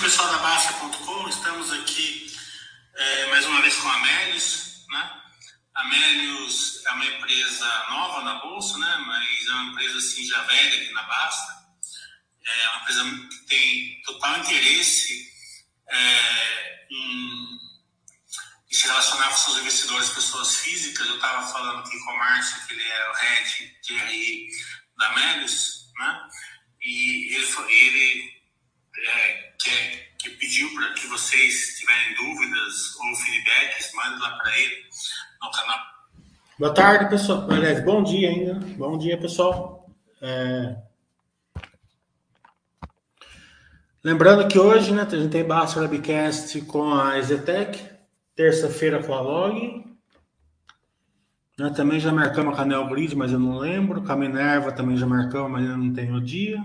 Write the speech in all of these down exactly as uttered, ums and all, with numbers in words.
pessoal da Baixa ponto com, estamos aqui é, mais uma vez com a Amélios, né? A Amélios é uma empresa nova na Bolsa, né? Mas é uma empresa assim, já velha aqui na Basta. É uma empresa que tem total interesse é, em, em se relacionar com seus investidores, pessoas físicas. Eu estava falando aqui com o Márcio, que ele é o head de R I da Amélios, né? E ele, ele é, que, que pediu para que vocês tiverem dúvidas ou feedbacks, mandem lá para ele no canal. Boa tarde, pessoal. Aliás, bom dia ainda. Bom dia, pessoal. É... Lembrando que hoje, né, a gente tem Basta Webcast com a EZTEC, terça-feira com a Log. Né, também já marcamos com a Neo Grid, mas eu não lembro. Com a Minerva também já marcamos, mas eu não tenho o dia.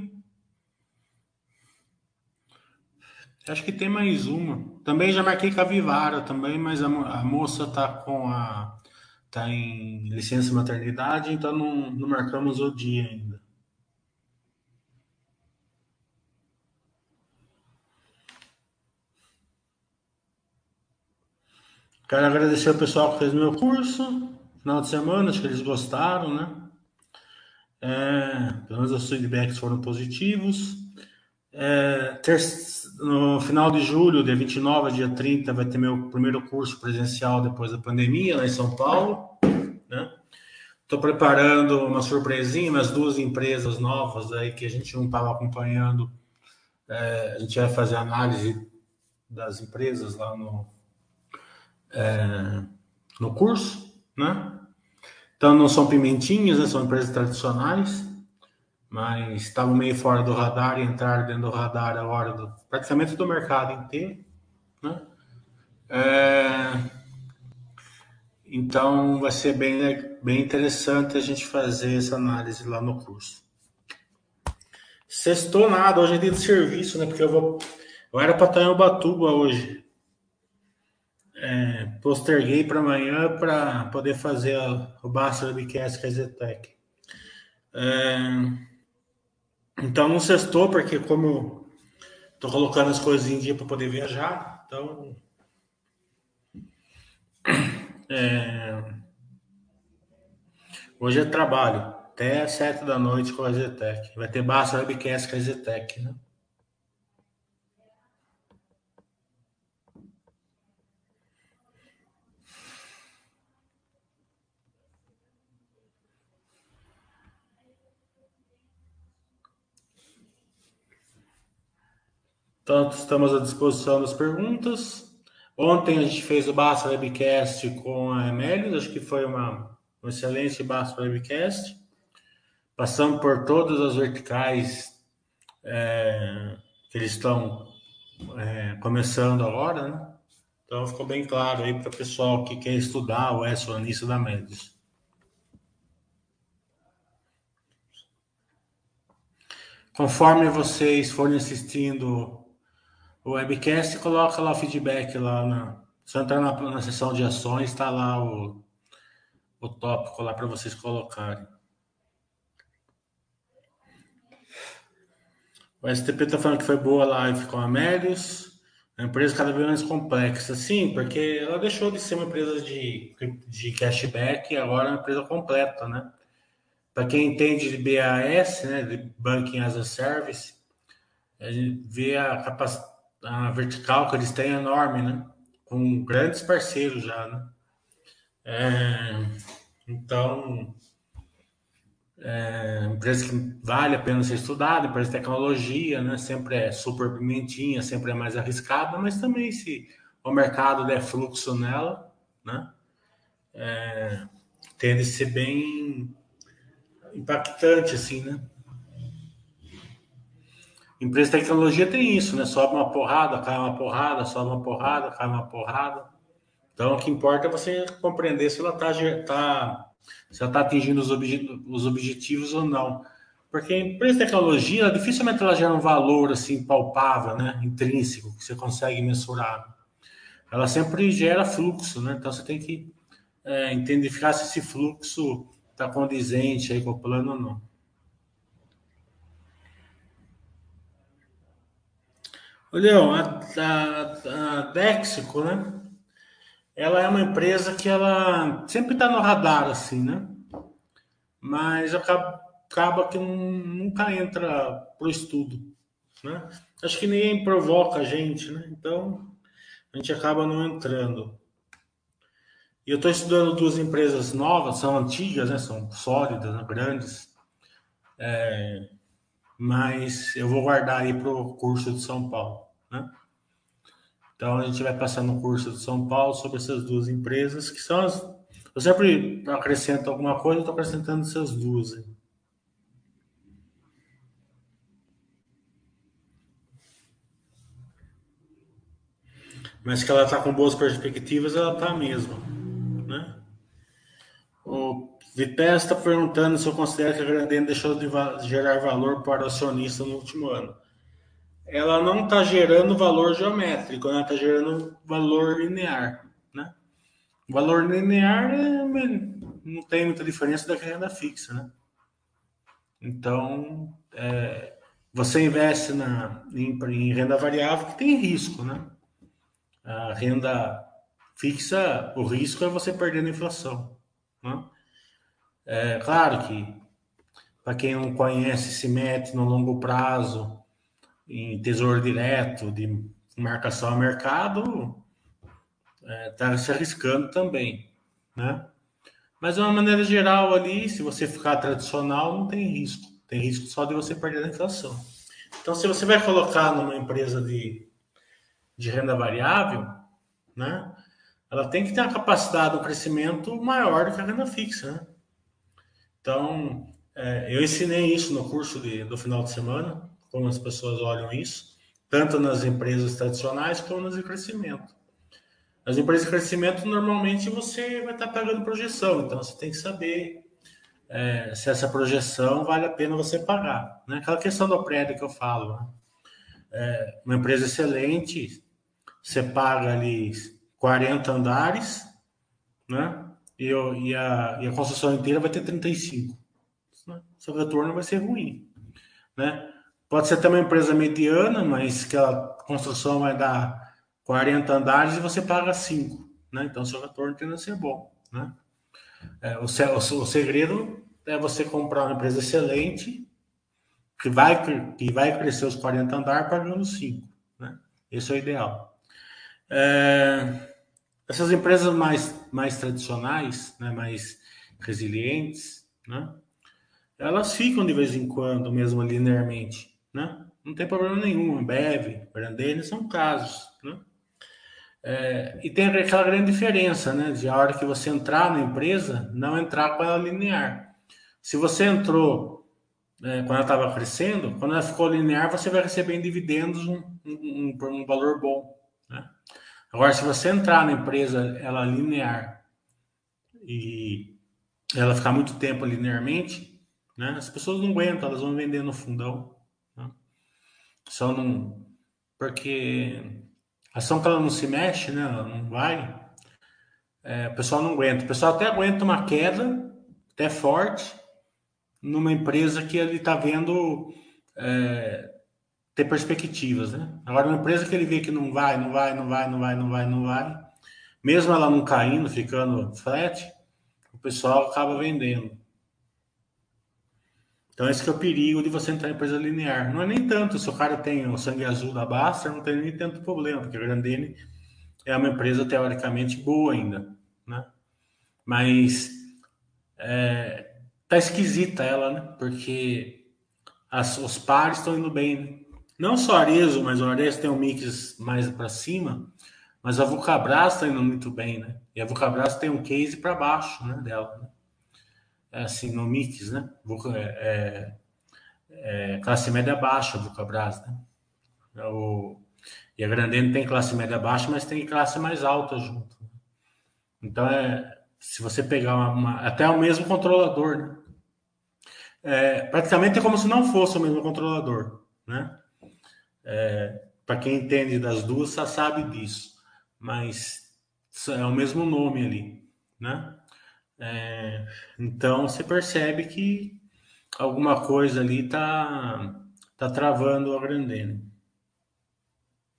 Acho que tem mais uma. Também já marquei com a Vivara também, mas a, a moça tá com a tá em licença maternidade, então não, não marcamos o dia ainda. Quero agradecer ao pessoal que fez meu curso, final de semana, acho que eles gostaram, né? É, pelo menos os feedbacks foram positivos. É, ter, no final de julho, dia vinte e nove a dia trinta, vai ter meu primeiro curso presencial depois da pandemia, lá em São Paulo, né? Estou preparando uma surpresinha, umas duas empresas novas aí que a gente não estava acompanhando. É, a gente vai fazer análise das empresas lá no, é, no curso, né? Então não são pimentinhas, né? São empresas tradicionais, mas estavam meio fora do radar e entraram dentro do radar agora do, praticamente do mercado inteiro, né? É, então vai ser bem, bem interessante a gente fazer essa análise lá no curso. Sextou nada, hoje é dia de serviço, né? Porque eu vou. Eu era para estar em Ubatuba hoje. É, posterguei para amanhã para poder fazer a, o Basta Webcast com a EZTEC. É, então não sextou, porque como tô colocando as coisas em dia para poder viajar, então. É, hoje é trabalho, até sete da noite com a EZTEC. Vai ter Basta Webcast com a EZTEC, né? Então, estamos à disposição das perguntas. Ontem a gente fez o Basta Webcast com a Amélios, acho que foi uma, um excelente Basta Webcast. Passamos por todas as verticais é, que eles estão é, começando agora, né? Então ficou bem claro aí para o pessoal que quer estudar o S O Anício da Amélios. Conforme vocês forem assistindo o webcast, coloca lá o feedback lá na. Se entrar na, na seção de ações, está lá o, o tópico lá para vocês colocarem. O S T P está falando que foi boa a live com a Amélios. A empresa cada vez mais complexa. Sim, porque ela deixou de ser uma empresa de, de cashback e agora é uma empresa completa, né? Para quem entende de B A S, né, de Banking as a Service, a gente vê a, capac... a vertical que eles têm enorme, né? Com grandes parceiros já, né? É... Então, é uma empresa que vale a pena ser estudada, empresa de tecnologia, né? Sempre é super pimentinha, sempre é mais arriscada, mas também se o mercado der fluxo nela, né? É... Tende a ser bem impactante, assim, né? Empresa de tecnologia tem isso, né? Sobe uma porrada, cai uma porrada, sobe uma porrada, cai uma porrada. Então, o que importa é você compreender se ela está tá, se ela tá atingindo os, obje, os objetivos ou não. Porque a empresa de tecnologia, ela, dificilmente ela gera um valor assim palpável, né? Intrínseco, que você consegue mensurar. Ela sempre gera fluxo, né? Então, você tem que é, identificar se esse fluxo está condizente aí com o plano ou não. Ô, Leão, a, a, a Dexico, né? Ela é uma empresa que ela sempre está no radar, assim, né? Mas acaba, acaba que não, nunca entra pro estudo, né? Acho que ninguém provoca a gente, né? Então a gente acaba não entrando. E eu estou estudando duas empresas novas, são antigas, né? São sólidas, né? Grandes, mas eu vou guardar aí para o curso de São Paulo, né? Então a gente vai passar no curso de São Paulo sobre essas duas empresas, que são as. Eu sempre acrescento alguma coisa, eu estou acrescentando essas duas aí. Mas que ela está com boas perspectivas, ela está mesmo, né? O Vitesse está perguntando se eu considero que a Grandene deixou de va- gerar valor para o acionista no último ano. Ela não está gerando valor geométrico, ela está gerando valor linear, né? O valor linear é, não tem muita diferença da renda fixa, né? Então, é, você investe na, em, em renda variável que tem risco, né? A renda fixa, o risco é você perder na inflação, né? É claro que, para quem não conhece, se mete no longo prazo em tesouro direto, de marcação a mercado, está se arriscando também, né? Mas de uma maneira geral ali, se você ficar tradicional, não tem risco. Tem risco só de você perder a inflação. Então, se você vai colocar numa empresa de, de renda variável, né? Ela tem que ter uma capacidade de um crescimento maior do que a renda fixa, né? Então, é, eu ensinei isso no curso de, do final de semana, como as pessoas olham isso, tanto nas empresas tradicionais como nas de crescimento. As empresas de crescimento, normalmente, você vai estar pagando projeção, então você tem que saber é, se essa projeção vale a pena você pagar. Né? Aquela questão do prédio que eu falo. Né? Uma empresa excelente, você paga ali quarenta andares, né? E, e, a, e a construção inteira vai ter trinta e cinco. Né? Seu retorno vai ser ruim. Né? Pode ser até uma empresa mediana, mas que a construção vai dar quarenta andares e você paga cinco. Né? Então, seu retorno tende a ser bom. Né? É, o, o, o segredo é você comprar uma empresa excelente que vai, que vai crescer os quarenta andares pagando cinco. Né? Esse é o ideal. É, essas empresas mais, mais tradicionais, né, mais resilientes, né, elas ficam de vez em quando, mesmo linearmente. Né? Não tem problema nenhum. Ambev, Grandene são casos. Né? É, e tem aquela grande diferença, né? De a hora que você entrar na empresa, não entrar com ela linear. Se você entrou é, quando ela estava crescendo, quando ela ficou linear, você vai receber em dividendos um, um, um, um valor bom. Né? Agora, se você entrar na empresa ela linear e ela ficar muito tempo linearmente, né, as pessoas não aguentam, elas vão vender no fundão. Né? Só não. Porque a ação que ela não se mexe, né, ela não vai, é, o pessoal não aguenta. O pessoal até aguenta uma queda, até forte, numa empresa que ele está vendo é, ter perspectivas, né? Agora, uma empresa que ele vê que não vai, não vai, não vai, não vai, não vai, não vai, mesmo ela não caindo, ficando flat, o pessoal acaba vendendo. Então, esse que é o perigo de você entrar em empresa linear. Não é nem tanto, se o cara tem o sangue azul da Baster, não tem nem tanto problema, porque a Grandene é uma empresa teoricamente boa ainda, né? Mas tá esquisita ela, né? Porque as, os pares estão indo bem, né? Não só a Arezzo, mas o Arezzo tem um mix mais para cima, mas a Vulcabras está indo muito bem, né? E a Vulcabras tem um case para baixo, né, dela, né? É assim, no mix, né? Vulca, é, é, classe média baixa, a Vulcabras, né? É o, e a Grandene tem classe média baixa, mas tem classe mais alta junto. Então, é, se você pegar uma, uma- até o mesmo controlador, né? É, praticamente é como se não fosse o mesmo controlador, né? Para quem entende das duas, já sabe disso. Mas é o mesmo nome ali, né? É, então você percebe que alguma coisa ali tá, tá travando a Grandene.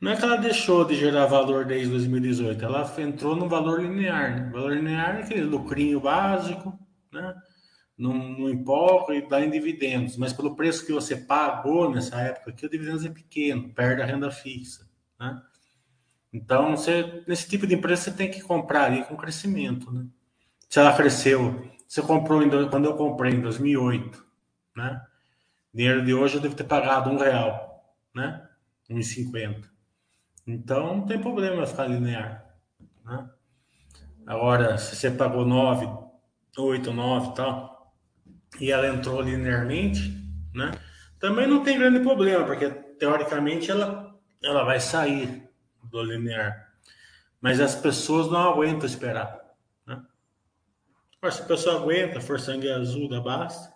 Não é que ela deixou de gerar valor desde dois mil e dezoito, ela entrou no valor linear, né? Valor linear é aquele lucrinho básico, né? Não, não empolga e dá em dividendos, mas pelo preço que você pagou nessa época aqui, o dividendo é pequeno, perde a renda fixa, né? Então, você, nesse tipo de empresa, você tem que comprar ali com crescimento, né? Se ela cresceu, você comprou em, quando eu comprei em dois mil e oito, né? Dinheiro de hoje eu devo ter pagado um real, né? Um e cinquenta. Então, não tem problema ficar linear, né? Agora, se você pagou nove, oito, nove e tal, e ela entrou linearmente, né? Também não tem grande problema, porque teoricamente ela, ela vai sair do linear. Mas as pessoas não aguentam esperar, né? Mas se a pessoa aguenta, for sangue azul da basta,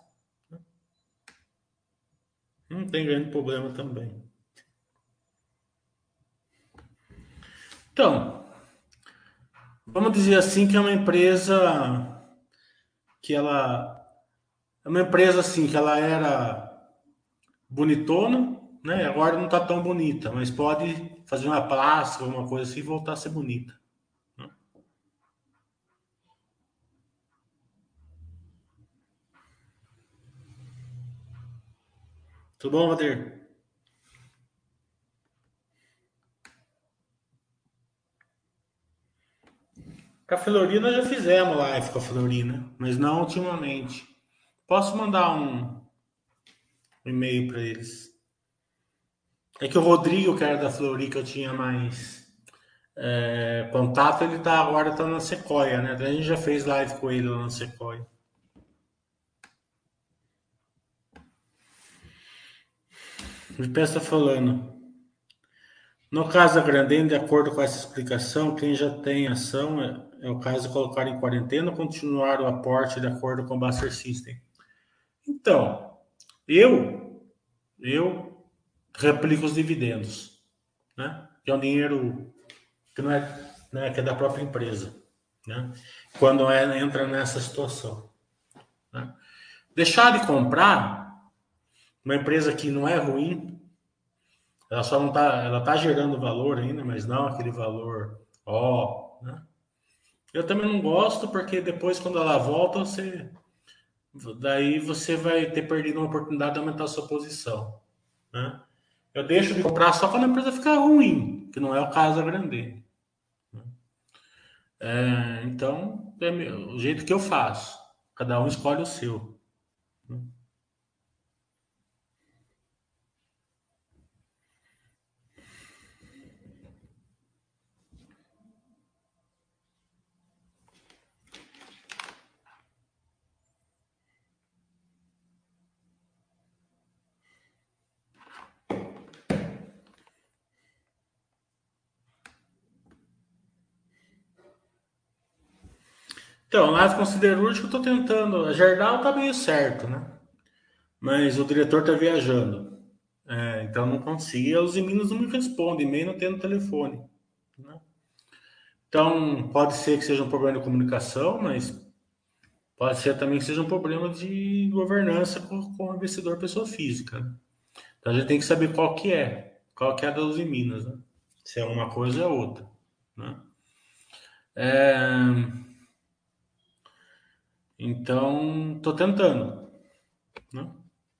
não tem grande problema também. Então, vamos dizer assim que é uma empresa que ela é uma empresa assim que ela era bonitona, né? Agora não está tão bonita, mas pode fazer uma plástica, alguma coisa assim e voltar a ser bonita, né? Tudo bom, Vader? Com a Florina já fizemos live com a Florina, mas não ultimamente. Posso mandar um e-mail para eles. É que o Rodrigo, que era da Flori, que eu tinha mais é, contato, ele tá agora tá na Sequoia, né? A gente já fez live com ele lá na Sequoia. O Pé está falando. No caso da Grandene, de acordo com essa explicação, quem já tem ação é, é o caso de colocar em quarentena ou continuar o aporte de acordo com o Buster System. Então, eu, eu replico os dividendos, né? Que é um dinheiro que não é, né, que é da própria empresa, né? Quando é, entra nessa situação, né? Deixar de comprar uma empresa que não é ruim, ela só não tá, ela tá gerando valor ainda, mas não aquele valor, ó, né? Eu também não gosto porque depois quando ela volta, você daí você vai ter perdido uma oportunidade de aumentar a sua posição, né? Eu deixo de comprar só quando a empresa ficar ruim, que não é o caso da Grandene. É, então, é o jeito que eu faço. Cada um escolhe o seu. Então, lá com siderúrgico eu estou tentando. A Gerdau tá meio certo, né? Mas o diretor tá viajando. É, então não consigo. E os Minas não me respondem, e-mail não tem no telefone, né? Então, pode ser que seja um problema de comunicação, mas pode ser também que seja um problema de governança com, com o investidor pessoa física, né? Então a gente tem que saber qual que é, qual que é a da Uzi Minas, né? Se é uma coisa ou é outra, né? É, então, tô tentando, né?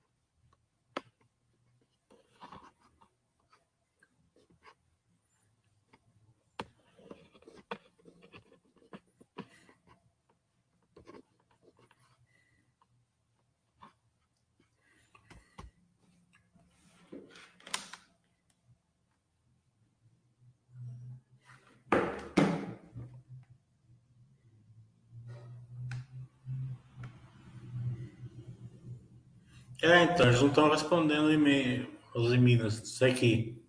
É, então, eles não estão respondendo e-mail, os Minas. Se que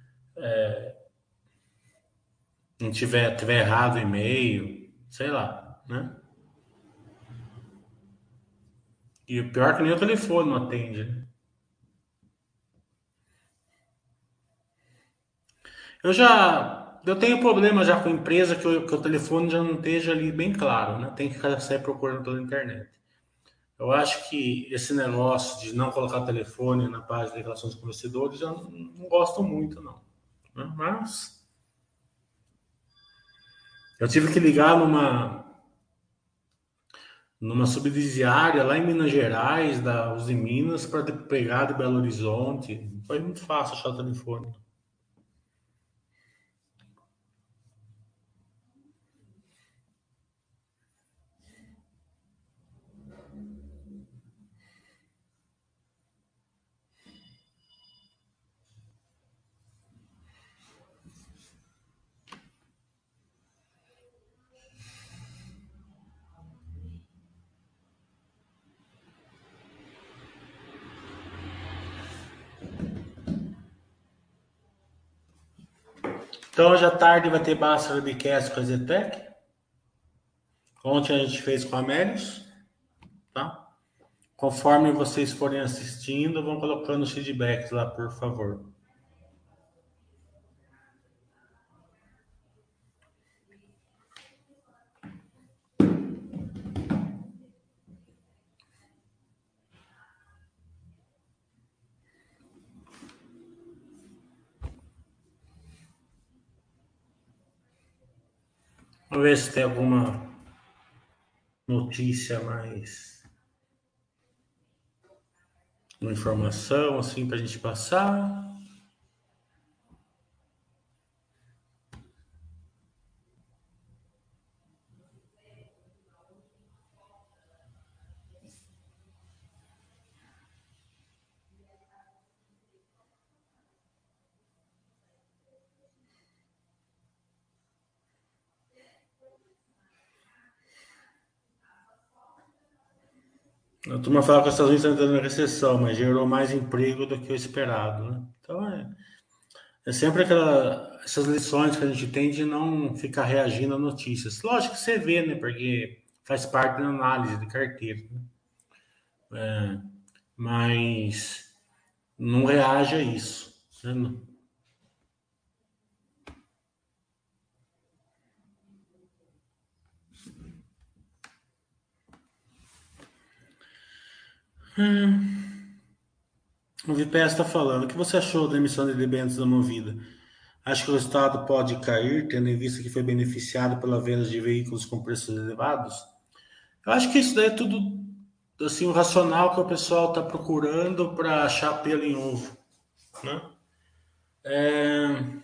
não tiver, tiver errado o e-mail, sei lá, né? E o pior é que nem o telefone não atende, né? Eu já. Eu tenho problema já com empresa que, o- que o telefone já não esteja ali bem claro, né? Tem que sair procurando pela internet. Eu acho que esse negócio de não colocar telefone na página de relações com investidores, eu não, não gosto muito, não. né? Mas eu tive que ligar numa, numa subsidiária lá em Minas Gerais, da Uzi Minas, para pegar de Belo Horizonte. Foi muito fácil achar o telefone. Então hoje à tarde vai ter Basta Webcast com a Zetec. Ontem a gente fez com a Melios, tá? Conforme vocês forem assistindo, vão colocando os feedbacks lá, por favor. Vamos ver se tem alguma notícia mais, uma informação assim para a gente passar. A turma fala que os Estados Unidos estão entrando em recessão, mas gerou mais emprego do que o esperado, né? Então é, é sempre aquela, essas lições que a gente tem de não ficar reagindo a notícias. Lógico que você vê, né? Porque faz parte da análise de carteira, né? Mas não reage a isso, né? O Vipés está falando. O que você achou da emissão de debêntures da Movida? Acho que o Estado pode cair, tendo em vista que foi beneficiado pela venda de veículos com preços elevados? Eu acho que isso daí é tudo assim, o racional que o pessoal está procurando para achar pelo em ovo, né? É,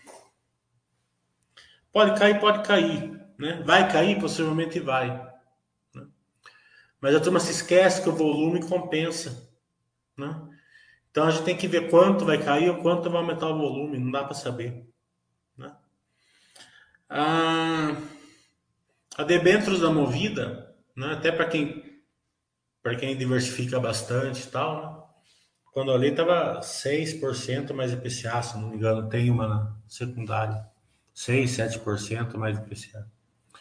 pode cair, pode cair, né? Vai cair, possivelmente vai, né? Mas a turma se esquece que o volume compensa, né? Então a gente tem que ver quanto vai cair ou quanto vai aumentar o volume, não dá para saber, né? A, a debêntures da Movida, né? Até para quem para quem diversifica bastante e tal, né? Quando eu olhei estava seis por cento mais I P C A, se não me engano, tem uma na secundária. Seis, sete por cento mais I P C A.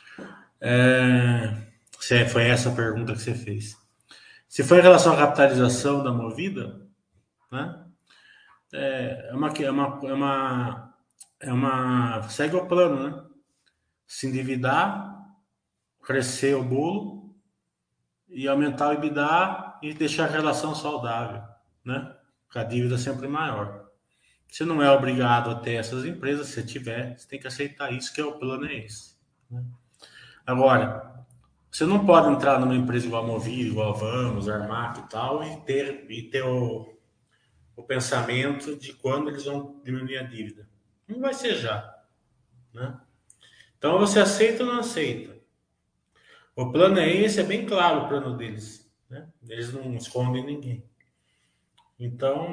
É, se foi essa a pergunta que você fez. Se foi em relação à capitalização da Movida, né? É uma, é uma, é uma, é uma segue o plano, né? Se endividar, crescer o bolo e aumentar o EBITDA e deixar a relação saudável, né? Com a dívida sempre maior. Você não é obrigado a ter essas empresas, se tiver, você tem que aceitar isso, que é o plano é esse, né? Agora, você não pode entrar numa empresa igual a Movida, igual a Vamos, Armac e tal, e ter, e ter o, o pensamento de quando eles vão diminuir a dívida. Não vai ser já, né? Então você aceita ou não aceita? O plano é esse, é bem claro o plano deles, né? Eles não escondem ninguém. Então,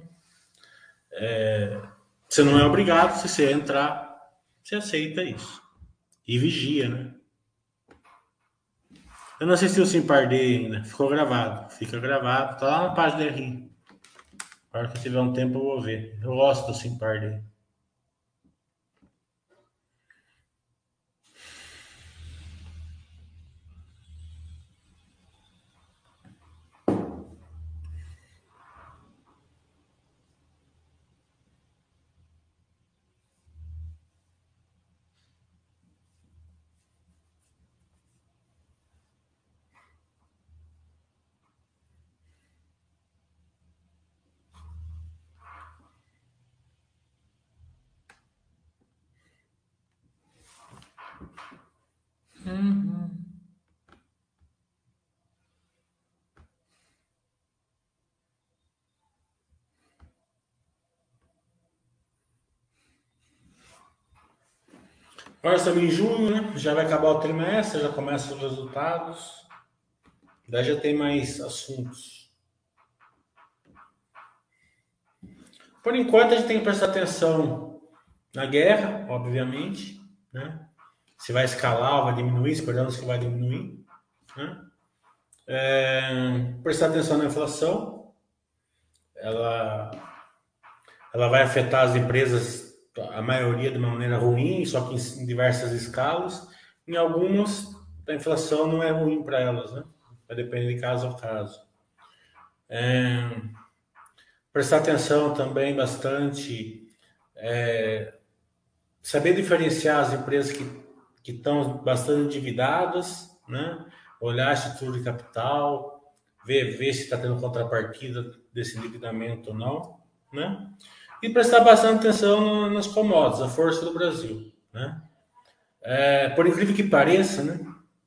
você não é obrigado, se você entrar, você aceita isso. E vigia, né? Eu não assisti o Simpar D ainda, ficou gravado. Fica gravado, tá lá na página da R I. A hora que eu tiver um tempo eu vou ver. Eu gosto do Simpar D. Agora estamos em junho, né? Já vai acabar o trimestre, já começam os resultados. Daí já tem mais assuntos. Por enquanto, a gente tem que prestar atenção na guerra, obviamente, né? Se vai escalar ou vai diminuir, esperamos que vai diminuir, né? É, prestar atenção na inflação. Ela, ela vai afetar as empresas, a maioria de uma maneira ruim, só que em diversas escalas. Em algumas, a inflação não é ruim para elas, né? Vai depender de caso a caso. É, prestar atenção também bastante, é, saber diferenciar as empresas que, que estão bastante endividadas, né? Olhar a estrutura de capital, ver, ver se está tendo contrapartida desse endividamento ou não, né? E prestar bastante atenção no, nas commodities, a força do Brasil, né? É, por incrível que pareça, né?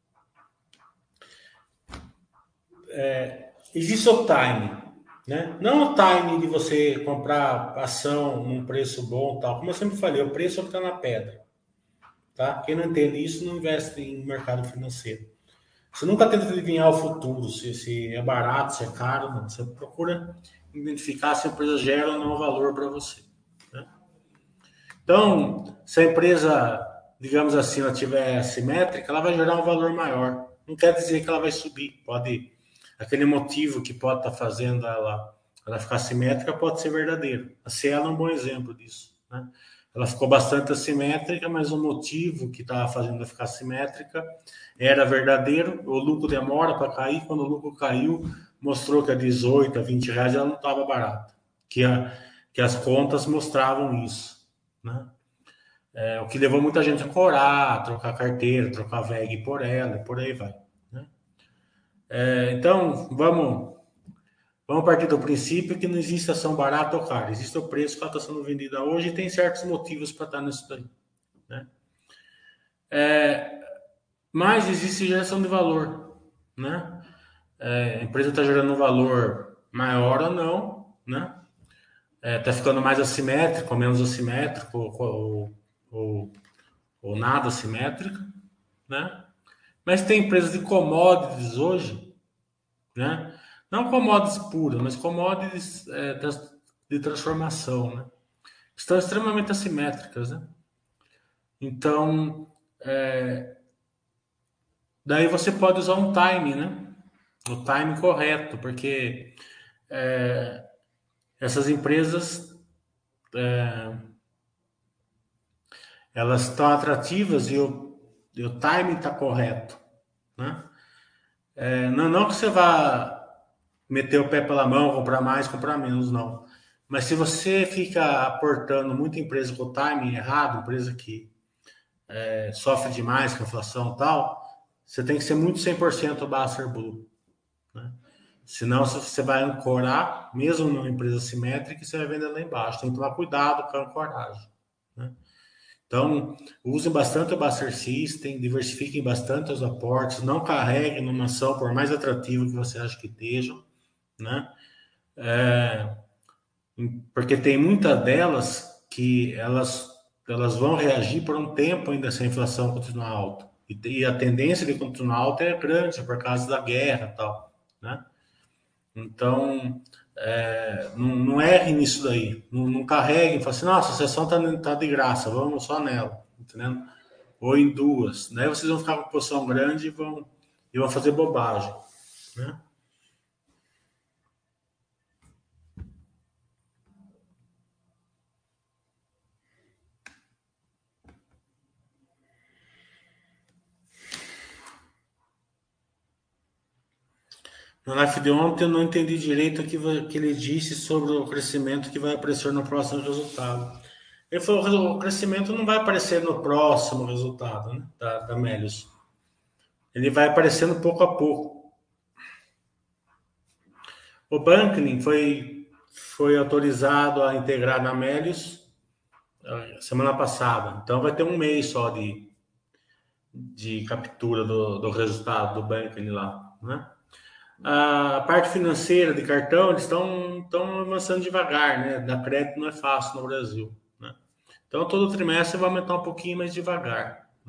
É, existe o time, né? Não o time de você comprar ação num preço bom, tal. Como eu sempre falei, o preço é o que está na pedra, tá? Quem não entende isso não investe em mercado financeiro. Você nunca tenta adivinhar o futuro, se, se é barato, se é caro, não. Você procura identificar se a empresa gera ou não valor para você, né? Então, se a empresa, digamos assim, ela tiver assimétrica, ela vai gerar um valor maior. Não quer dizer que ela vai subir. Pode, aquele motivo que pode estar fazendo ela, ela ficar assimétrica pode ser verdadeiro. A Cielo é um bom exemplo disso, né? Ela ficou bastante assimétrica, mas o motivo que estava fazendo ela ficar assimétrica era verdadeiro. O lucro demora para cair. Quando o lucro caiu, mostrou que a dezoito, a vinte reais ela não estava barata. Que, a, que as contas mostravam isso, né? É, o que levou muita gente a corar, trocar carteira, trocar V E G por ela, e por aí vai, né? É, então, vamos, vamos partir do princípio que não existe ação barata ou cara. Existe o preço que ela está sendo vendida hoje e tem certos motivos para estar nisso daí, né? É, mas existe geração de valor, né? É, a empresa está gerando um valor maior ou não, né? Está é, ficando mais assimétrico ou menos assimétrico, ou, ou, ou, ou nada assimétrico, né? Mas tem empresas de commodities hoje, né? Não commodities puras, mas commodities é, de transformação, né? Estão extremamente assimétricas, né? Então, é, daí você pode usar um time, né? O time correto, porque é, essas empresas é, elas estão atrativas e o, e o time está correto, né? É, não, não que você vá meter o pé pela mão, comprar mais, comprar menos, não. Mas se você fica aportando muita empresa com o timing errado, empresa que é, sofre demais com a inflação e tal, você tem que ser muito cem por cento Baster Blue, né? Senão você vai ancorar, mesmo numa empresa simétrica, e você vai vender lá embaixo. Tem que tomar cuidado com a ancoragem, né? Então, usem bastante o Baster System, diversifiquem bastante os aportes, não carreguem numa ação, por mais atrativa que você acha que esteja, né? É, porque tem muitas delas que elas, elas vão reagir por um tempo ainda se a inflação continuar alta. E, e a tendência de continuar alta é grande por causa da guerra e tal, né? Então, é, não, não erre nisso daí. Não, não carreguem, falem assim, nossa, a sessão tá, tá de graça, vamos só nela, entendeu? Ou em duas. Daí vocês vão ficar com posição grande e vão, e vão fazer bobagem, né? No live de ontem eu não entendi direito o que, que ele disse sobre o crescimento que vai aparecer no próximo resultado. Ele falou que o crescimento não vai aparecer no próximo resultado, né, da, da Melius. Ele vai aparecendo pouco a pouco. O Banking foi, foi autorizado a integrar na Melius semana passada. Então vai ter um mês só de, de captura do, do resultado do Banking lá, né? A parte financeira de cartão, eles estão estão avançando devagar, né? Dar crédito não é fácil no Brasil, né? Então, todo trimestre vai aumentar um pouquinho mais devagar,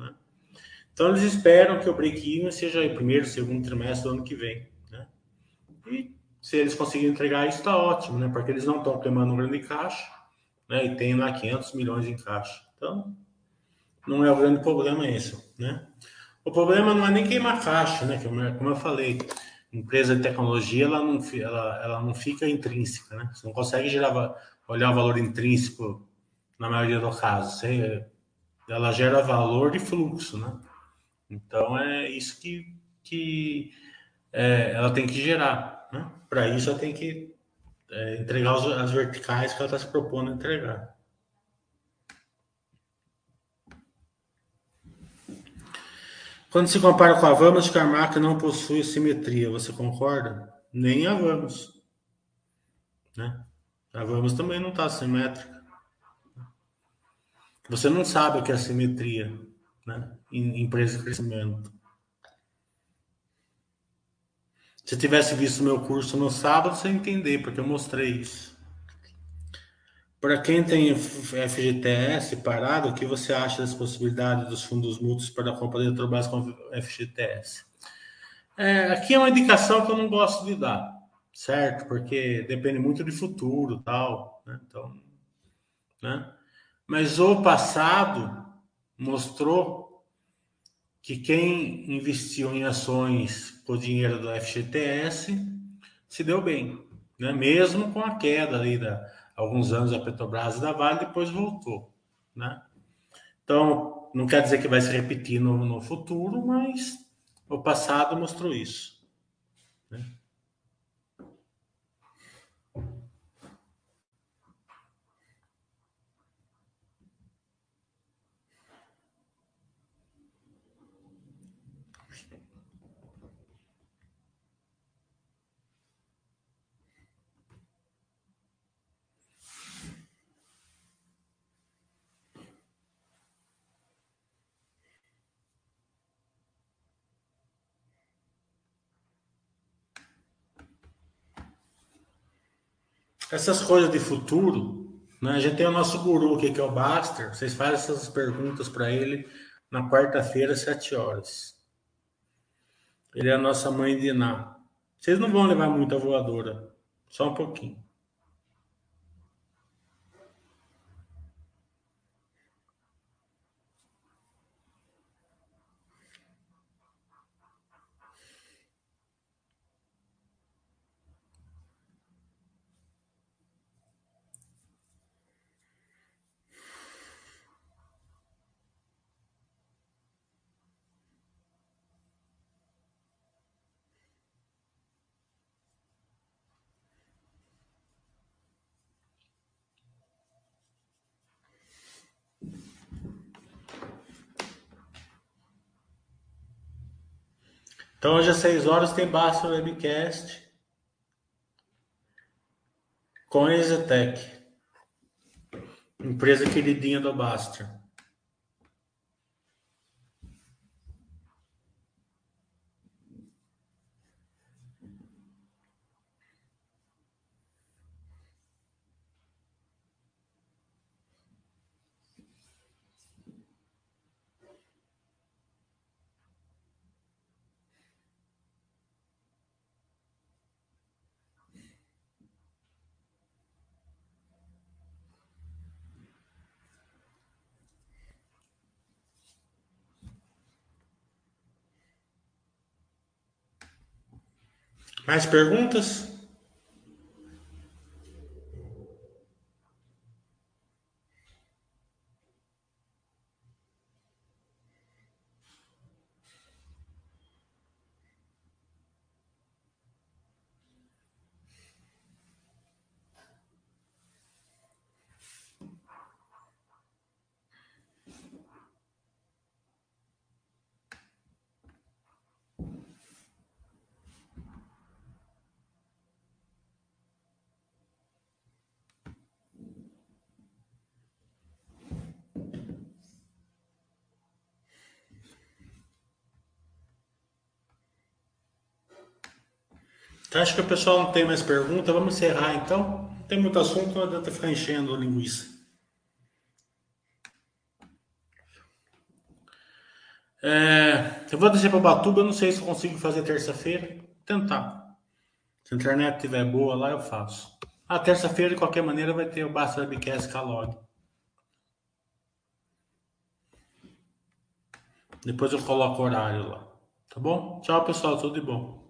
Então eles esperam que o break-even seja o primeiro, segundo trimestre do ano que vem, né? E se eles conseguirem entregar isso, está ótimo, né? Porque eles não estão queimando um grande caixa, né? E tem lá quinhentos milhões em caixa. Então, não é o grande problema esse, né? O problema não é nem queimar caixa, né? Como eu falei, empresa de tecnologia ela não, ela, ela não fica intrínseca, né? Você não consegue gerar, olhar o valor intrínseco na maioria dos casos. Você, ela gera valor de fluxo, né? Então é isso que, que é, ela tem que gerar, né? Para isso ela tem que é, entregar os, as verticais que ela está se propondo a entregar. Quando se compara com a Vamos, que a marca não possui simetria, você concorda? Nem a Vamos, né? A Vamos também não está simétrica. Você não sabe o que é simetria, né? Em empresa de crescimento. Se tivesse visto meu curso no sábado, você ia entender, porque eu mostrei isso. Para quem tem F G T S parado, o que você acha das possibilidades dos fundos mútuos para a compra de Eletrobras com F G T S? É, aqui é uma indicação que eu não gosto de dar, certo? Porque depende muito de futuro, tal, né? Então, né? Mas o passado mostrou que quem investiu em ações com o dinheiro do F G T S se deu bem, né? Mesmo com a queda ali da alguns anos da Petrobras e da Vale, depois voltou, né? Então, não quer dizer que vai se repetir no, no futuro, mas o passado mostrou isso, né? Essas coisas de futuro, né? A gente tem o nosso guru aqui, que é o Baster. Vocês fazem essas perguntas para ele na quarta-feira, às sete horas. Ele é a nossa mãe de Iná. Vocês não vão levar muita voadora, só um pouquinho. Então, hoje às seis horas tem Baster Webcast com a Exetec, empresa queridinha do Baster. Mais perguntas? Então, acho que o pessoal não tem mais pergunta. Vamos encerrar então. Não tem muito assunto, não adianta ficar enchendo linguiça. É, eu vou descer para Batuba, eu não sei se eu consigo fazer terça-feira. Vou tentar. Se a internet estiver boa lá, eu faço. A terça-feira, de qualquer maneira, vai ter o Basta Webcast com a log. Depois eu coloco o horário lá. Tá bom? Tchau, pessoal. Tudo de bom.